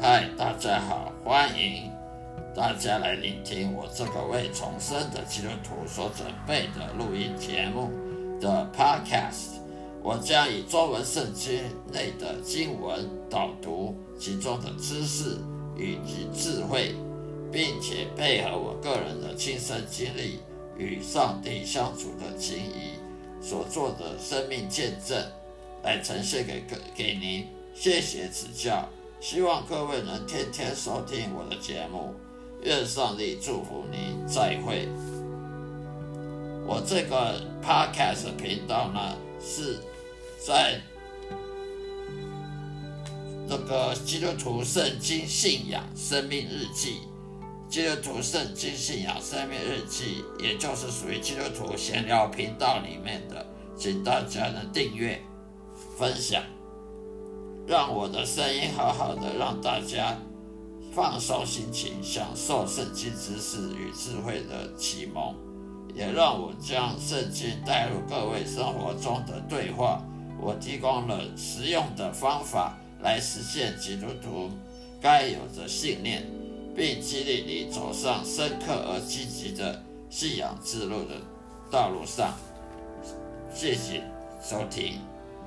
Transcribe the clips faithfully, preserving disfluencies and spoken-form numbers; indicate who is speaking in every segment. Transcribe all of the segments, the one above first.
Speaker 1: 嗨，大家好，欢迎大家来聆听我这个为重生的基督徒所准备的录音节目的 podcast。 我将以中文圣经内的经文导读其中的知识以及智慧，并且配合我个人的亲身经历与上帝相处的情谊所做的生命见证，来呈现给给您。谢谢指教，希望各位能天天收听我的节目，愿上帝祝福你，再会。我这个 podcast 频道呢，是在那个基督徒圣经信仰生命日记，基督徒圣经信仰生命日记，也就是属于基督徒闲聊频道里面的，请大家能订阅分享，让我的声音好好的让大家放松心情，享受圣经知识与智慧的启蒙，也让我将圣经带入各位生活中的对话。我提供了实用的方法来实现基督徒该有的信念，并激励你走上深刻而积极的信仰之路的道路上。谢谢收听。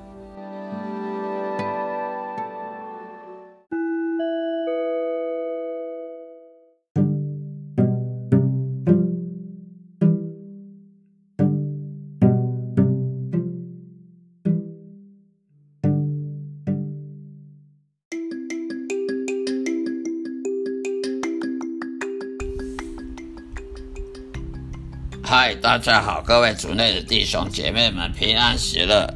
Speaker 1: 嗨，大家好，各位主内的弟兄姐妹们，平安喜乐！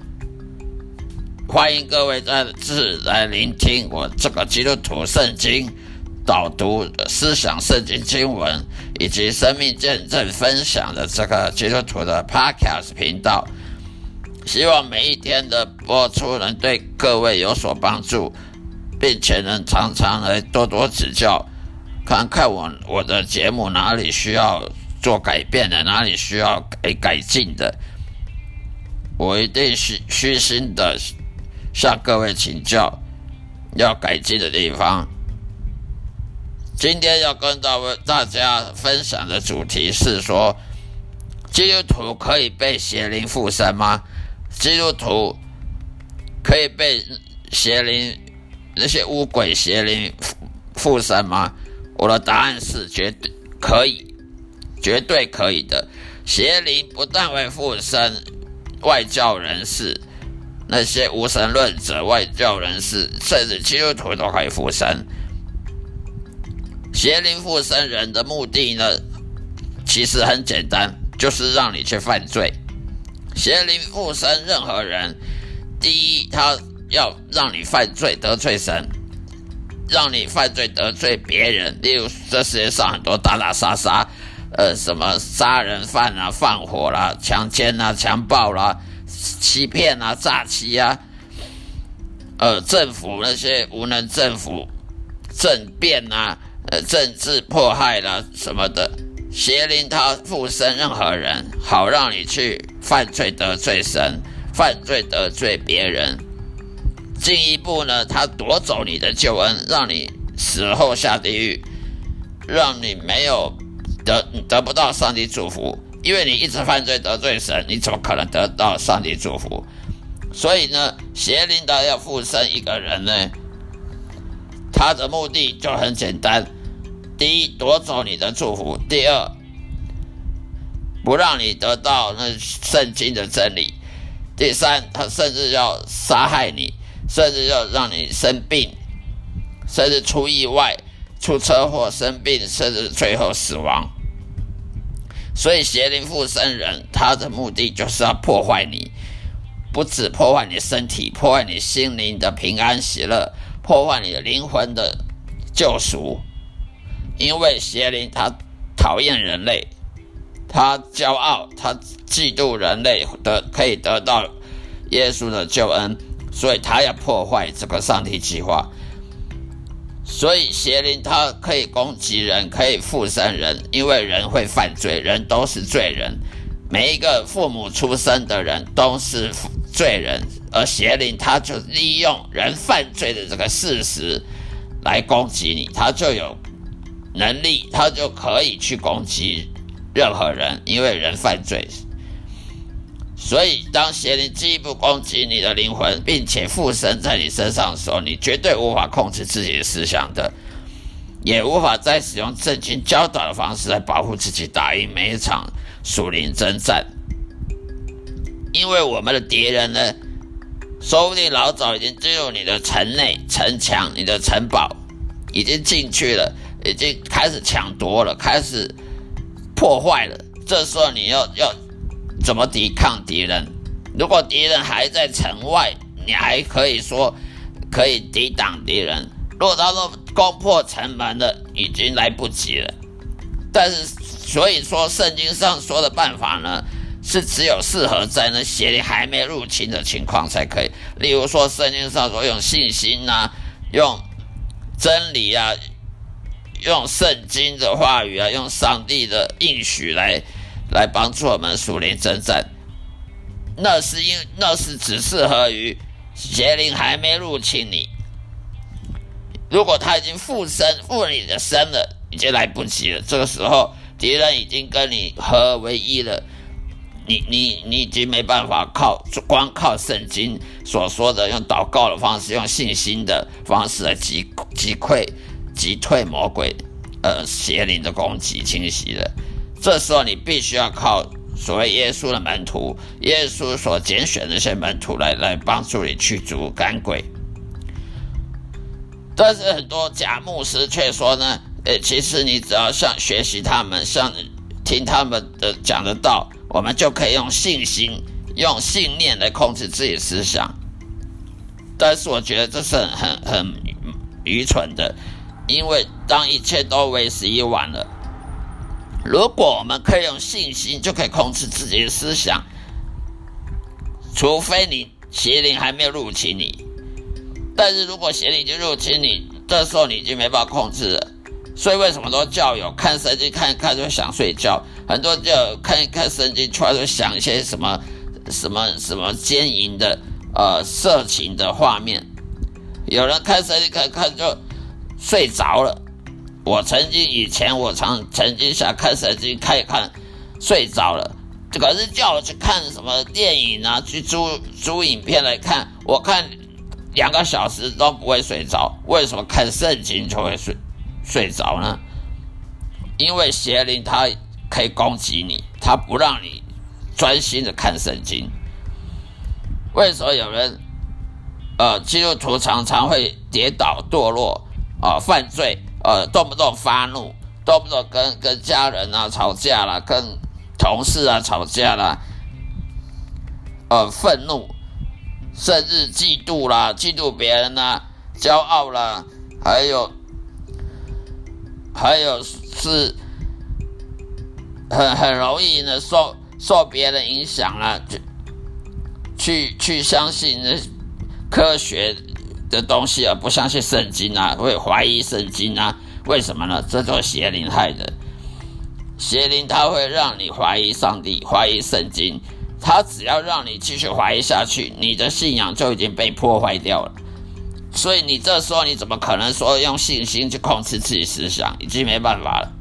Speaker 1: 欢迎各位再次来聆听我这个基督徒圣经导读、思想圣经经文以及生命见证分享的这个基督徒的 podcast 频道。希望每一天的播出能对各位有所帮助，并且能常常来多多指教，看看我我的节目哪里需要做改变的，哪里需要改改进的，我一定虚虚心的向各位请教要改进的地方。今天要跟大家分享的主题是说，基督徒可以被邪灵附身吗？基督徒可以被邪灵那些污鬼邪灵附身吗？我的答案是绝对可以，绝对可以的。邪灵不但会附身外教人士，那些无神论者、外教人士，甚至基督徒都可以附身。邪灵附身人的目的呢，其实很简单，就是让你去犯罪。邪灵附身任何人，第一，他要让你犯罪得罪神，让你犯罪得罪别人。例如这世界上很多打打杀杀呃，什么杀人犯啊、放火啦、强奸啊、强暴啦、欺骗啊、诈欺啊，呃，政府那些无能政府政变啊、呃，政治迫害啦什么的，邪灵他附身任何人，好让你去犯罪得罪神，犯罪得罪别人。进一步呢，他夺走你的救恩，让你死后下地狱，让你没有得得不到上帝祝福，因为你一直犯罪得罪神，你怎么可能得到上帝祝福？所以呢，邪灵的要附身一个人呢，他的目的就很简单：第一，夺走你的祝福；第二，不让你得到那圣经的真理；第三，他甚至要杀害你，甚至要让你生病，甚至出意外、出车祸、生病，甚至最后死亡。所以邪灵附身人，他的目的就是要破坏你，不只破坏你身体，破坏你心灵的平安喜乐，破坏你的灵魂的救赎。因为邪灵他讨厌人类，他骄傲，他嫉妒人类的可以得到耶稣的救恩，所以他要破坏这个上帝计划。所以邪灵它可以攻击人，可以附身人，因为人会犯罪，人都是罪人，每一个父母出生的人都是罪人，而邪灵它就利用人犯罪的这个事实来攻击你，他就有能力，他就可以去攻击任何人，因为人犯罪。所以当邪灵进一步攻击你的灵魂，并且附身在你身上的时候，你绝对无法控制自己的思想的，也无法再使用圣经教导的方式来保护自己，打赢每一场属灵征战。因为我们的敌人呢，说不定老早已经进入你的城内、城墙、你的城堡，已经进去了，已经开始抢夺了，开始破坏了。这时候你要要怎么抵抗敌人？如果敌人还在城外，你还可以说可以抵挡敌人。如果他都攻破城门了，已经来不及了。但是，所以说圣经上说的办法呢，是只有适合在那邪灵还没入侵的情况才可以。例如说，圣经上说用信心啊，用真理啊，用圣经的话语啊，用上帝的应许来来帮助我们属灵征战。那是因那是只适合于邪灵还没入侵你。如果他已经附身附你的身了，已经来不及了。这个时候敌人已经跟你合为一了，你你你已经没办法靠光靠圣经所说的用祷告的方式，用信心的方式来击击溃击退魔鬼呃邪灵的攻击侵袭了。这时候你必须要靠所谓耶稣的门徒，耶稣所拣选的那些门徒来来帮助你驱逐赶鬼。但是很多假牧师却说呢，呃，其实你只要像学习他们，像听他们的讲的道，我们就可以用信心、用信念来控制自己的思想。但是我觉得这是很很很愚蠢的，因为当一切都为时已晚了。如果我们可以用信心就可以控制自己的思想，除非你邪灵还没有入侵你。但是如果邪灵已经入侵你，这时候你已经没办法控制了。所以为什么都教友看圣经看一看就想睡觉，很多教友看一看圣经出来就想一些什么什么什么奸淫的呃色情的画面，有人看圣经看一看就睡着了。我曾经以前我常曾经想看圣经看一看睡着了，可是叫我去看什么电影啊，去租租影片来看，我看两个小时都不会睡着。为什么看圣经就会睡睡着呢？因为邪灵它可以攻击你，它不让你专心的看圣经。为什么有人呃基督徒常常会跌倒堕落啊、呃、犯罪，呃动不动发怒，动不动跟跟家人啊吵架啦，跟同事啊吵架啦，呃愤怒，甚至嫉妒啦，嫉妒别人啦，骄傲啦，还有还有是很很容易呢受受别人影响啦，去去相信科学的东西而不相信圣经啊，会怀疑圣经啊。为什么呢？这就是邪灵害的。邪灵它会让你怀疑上帝，怀疑圣经，它只要让你继续怀疑下去，你的信仰就已经被破坏掉了。所以你这时候你怎么可能说用信心去控制自己思想，已经没办法了。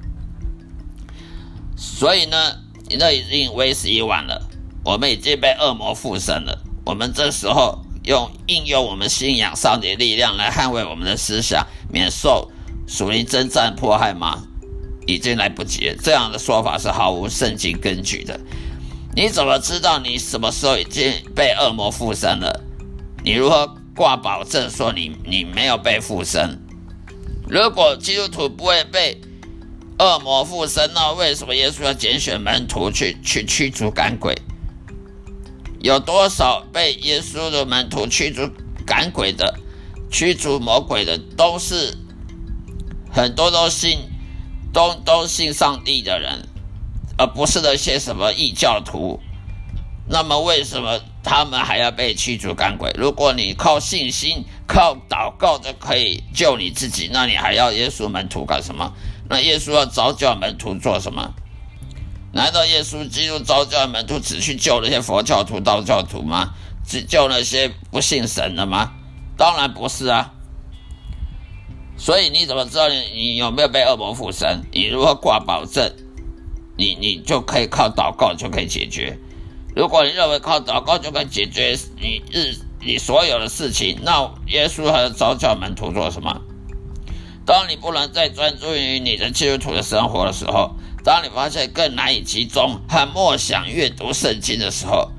Speaker 1: 所以呢，那已经为时已晚了，我们已经被恶魔附身了。我们这时候用应用我们信仰上帝的力量来捍卫我们的思想，免受属灵征战迫害吗？已经来不及了。这样的说法是毫无圣经根据的。你怎么知道你什么时候已经被恶魔附身了？你如何挂保证说你你没有被附身？如果基督徒不会被恶魔附身，那为什么耶稣要拣选门徒去去驱逐赶鬼？有多少被耶稣的门徒驱逐赶鬼的、驱逐魔鬼的，都是很多都信都都信上帝的人，而不是那些什么异教徒。那么为什么他们还要被驱逐赶鬼？如果你靠信心、靠祷告就可以救你自己，那你还要耶稣门徒干什么？那耶稣要召叫门徒做什么？难道耶稣基督召叫门徒只去救那些佛教徒、道教徒吗？只救那些不信神的吗？当然不是啊。 所以你怎么知道你你有没有被恶魔附身？你如何挂保证？你你就可以靠祷告就可以解决。如果你认为靠祷告就可以解决你日你所有的事情，那耶稣和召叫门徒做什么？当你不能再专注于你的基督徒的生活的时候，当你发现更难以集中和默想阅读圣经的时候，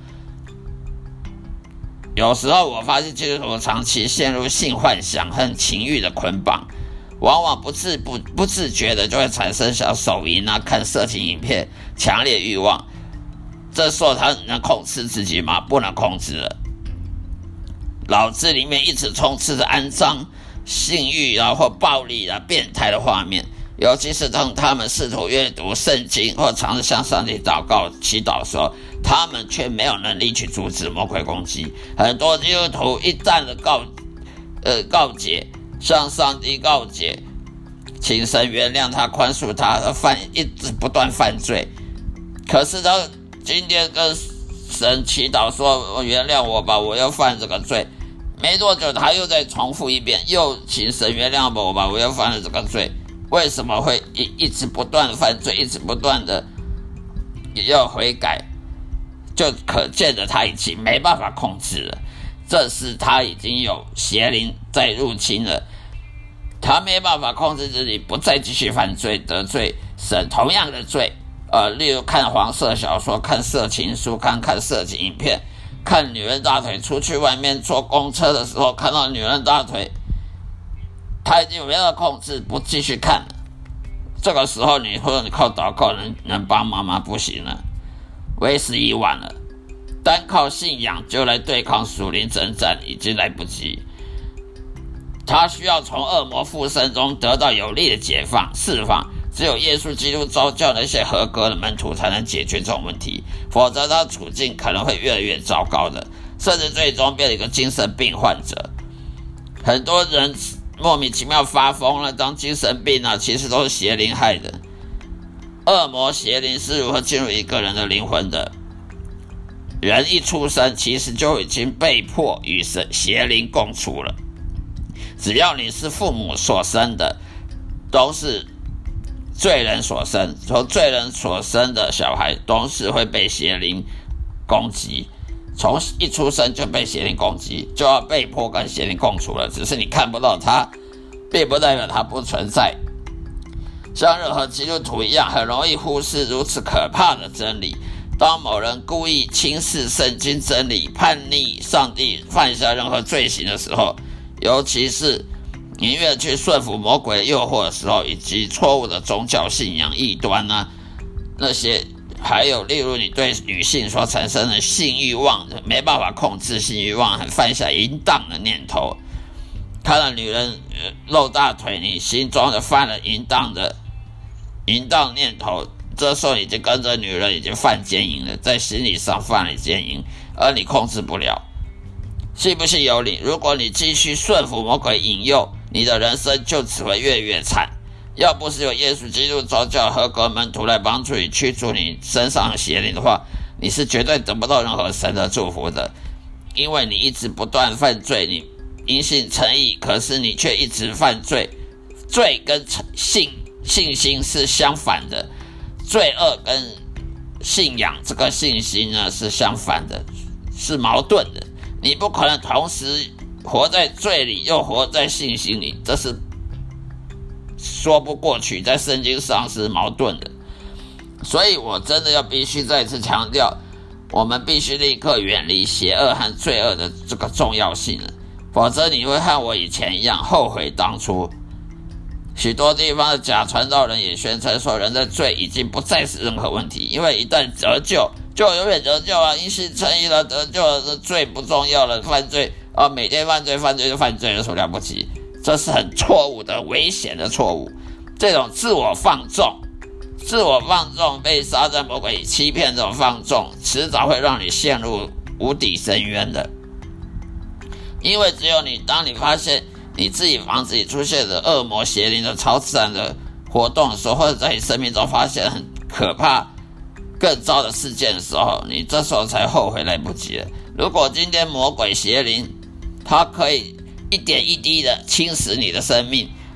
Speaker 1: 有时候我发现基督徒长期陷入性幻想和情欲的捆绑，往往不自不不自觉的就会产生想手淫啊、看色情影片强烈欲望。这时候他能控制自己吗？不能控制了。脑子里面一直充斥着肮脏、性欲啊或暴力啊、变态的画面，尤其是当他们试图阅读圣经或尝试向上帝祷告祈祷的时候，他们却没有能力去阻止魔鬼攻击。很多基督徒一旦的告呃告解，向上帝告解，请神原谅他、宽恕他，他犯一直不断犯罪。可是他今天跟神祈祷说原谅我吧，我又犯这个罪，没多久他又再重复一遍，又请神原谅我吧，我又犯了这个罪。为什么会一一直不断的犯罪，一直不断的要悔改？就可见的他已经没办法控制了，这是他已经有邪灵在入侵了，他没办法控制自己，不再继续犯罪，得罪神同样的罪。呃，例如看黄色小说、看色情书、看看色情影片、看女人大腿，出去外面坐公车的时候看到女人大腿，他已经没有控制，不继续看了。这个时候你说你靠祷告能能帮忙吗？不行了，为时已晚了。单靠信仰就来对抗属灵征战已经来不及，他需要从恶魔附身中得到有力的解放释放。只有耶稣基督召叫那些合格的门徒才能解决这种问题，否则他处境可能会越来越糟糕的，甚至最终变成一个精神病患者。很多人莫名其妙发疯了当精神病啊，其实都是邪灵害的。恶魔邪灵是如何进入一个人的灵魂的？人一出生其实就已经被迫与邪灵共处了。只要你是父母所生的，都是罪人所生，从罪人所生的小孩都是会被邪灵攻击，从一出生就被邪灵攻击，就要被迫跟邪灵共处了。只是你看不到他，并不代表他不存在。像任何基督徒一样，很容易忽视如此可怕的真理。当某人故意轻视圣经真理，叛逆上帝，犯下任何罪行的时候，尤其是宁愿去顺服魔鬼的诱惑的时候，以及错误的宗教信仰异端啊，那些还有例如你对女性所产生的性欲望，没办法控制性欲望，很犯下淫荡的念头。看到女人、呃、露大腿，你心中的犯了淫荡的淫荡念头，这时候已经跟着女人已经犯奸淫了，在心理上犯了奸淫，而你控制不了。信不信由你，如果你继续顺服魔鬼引诱，你的人生就只会越越惨。要不是有耶稣基督召叫合格门徒来帮助你驱逐你身上的邪灵的话，你是绝对得不到任何神的祝福的。因为你一直不断犯罪，你因信称义，可是你却一直犯罪。罪跟信信心是相反的，罪恶跟信仰这个信心呢是相反的，是矛盾的。你不可能同时活在罪里又活在信心里，这是说不过去，在圣经上是矛盾的。所以我真的要必须再次强调，我们必须立刻远离邪恶和罪恶的这个重要性了，否则你会和我以前一样后悔当初。许多地方的假传道人也宣称说，人的罪已经不再是任何问题，因为一旦得救就永远得救啊，因信称义了，得救了，罪不重要了，犯罪啊，每天犯罪犯罪就犯罪有什么了不起？这是很错误的、危险的错误。这种自我放纵、自我放纵被撒旦魔鬼欺骗，这种放纵迟早会让你陷入无底深渊的。因为只有你，当你发现你自己房子里出现的恶魔邪灵的超自然的活动的时候，或者在你生命中发现很可怕更糟的事件的时候，你这时候才后悔来不及了。如果今天魔鬼邪灵它可以一点一滴的侵蚀你的生命，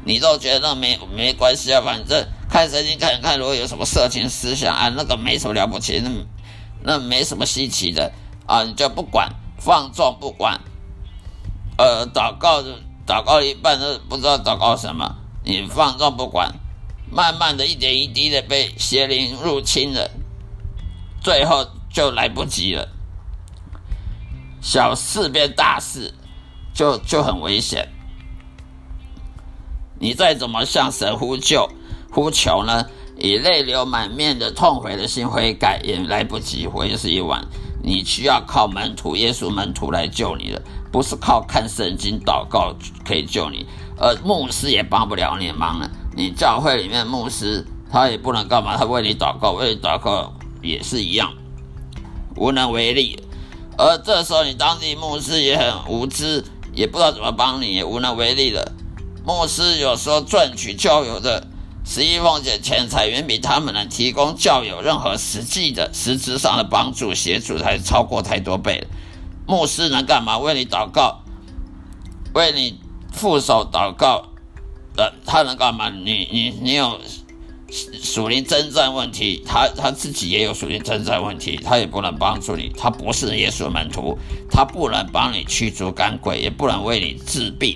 Speaker 1: 你都觉得那没没关系啊，反正看圣经看看，如果有什么色情思想啊，那个没什么了不起，那那没什么稀奇的啊，你就不管，放纵不管，呃，祷告祷告一半都不知道祷告什么，你放纵不管，慢慢的一点一滴的被邪灵入侵了，最后就来不及了，小事变大事，就就很危险。你再怎么向神呼救呼求呢，以泪流满面的痛悔的心悔改也来不及，为时已晚。你需要靠门徒，耶稣门徒来救你了，不是靠看圣经祷告可以救你，而牧师也帮不了你忙了。你教会里面牧师他也不能干嘛，他为你祷告，为你祷告也是一样，无能为力。而这时候你当地牧师也很无知，也不知道怎么帮你，也无能为力了。牧师有时候赚取教友的十一奉献钱财，远比他们能提供教友任何实际的实质上的帮助协助还超过太多倍了。牧师能干嘛？为你祷告，为你副手祷告，呃，他能干嘛？你你你有属灵征战问题，他他自己也有属灵征战问题，他也不能帮助你，他不是耶稣门徒，他不能帮你驱逐赶鬼，也不能为你治病。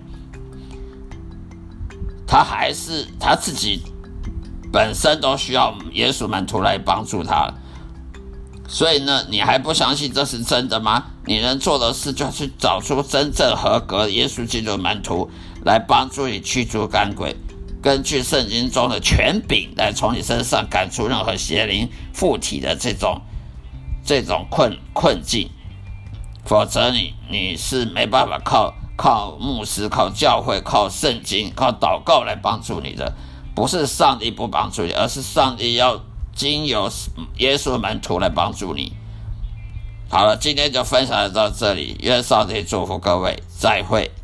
Speaker 1: 他还是他自己本身都需要耶稣门徒来帮助他，所以呢，你还不相信这是真的吗？你能做的事就是找出真正合格的耶稣基督门徒来帮助你驱逐赶鬼，根据圣经中的权柄来从你身上赶出任何邪灵附体的这种这种困困境，否则你你是没办法靠靠牧师、靠教会、靠圣经、靠祷告来帮助你的。不是上帝不帮助你，而是上帝要经由耶稣门徒来帮助你。好了，今天就分享到这里，愿上帝祝福各位，再会。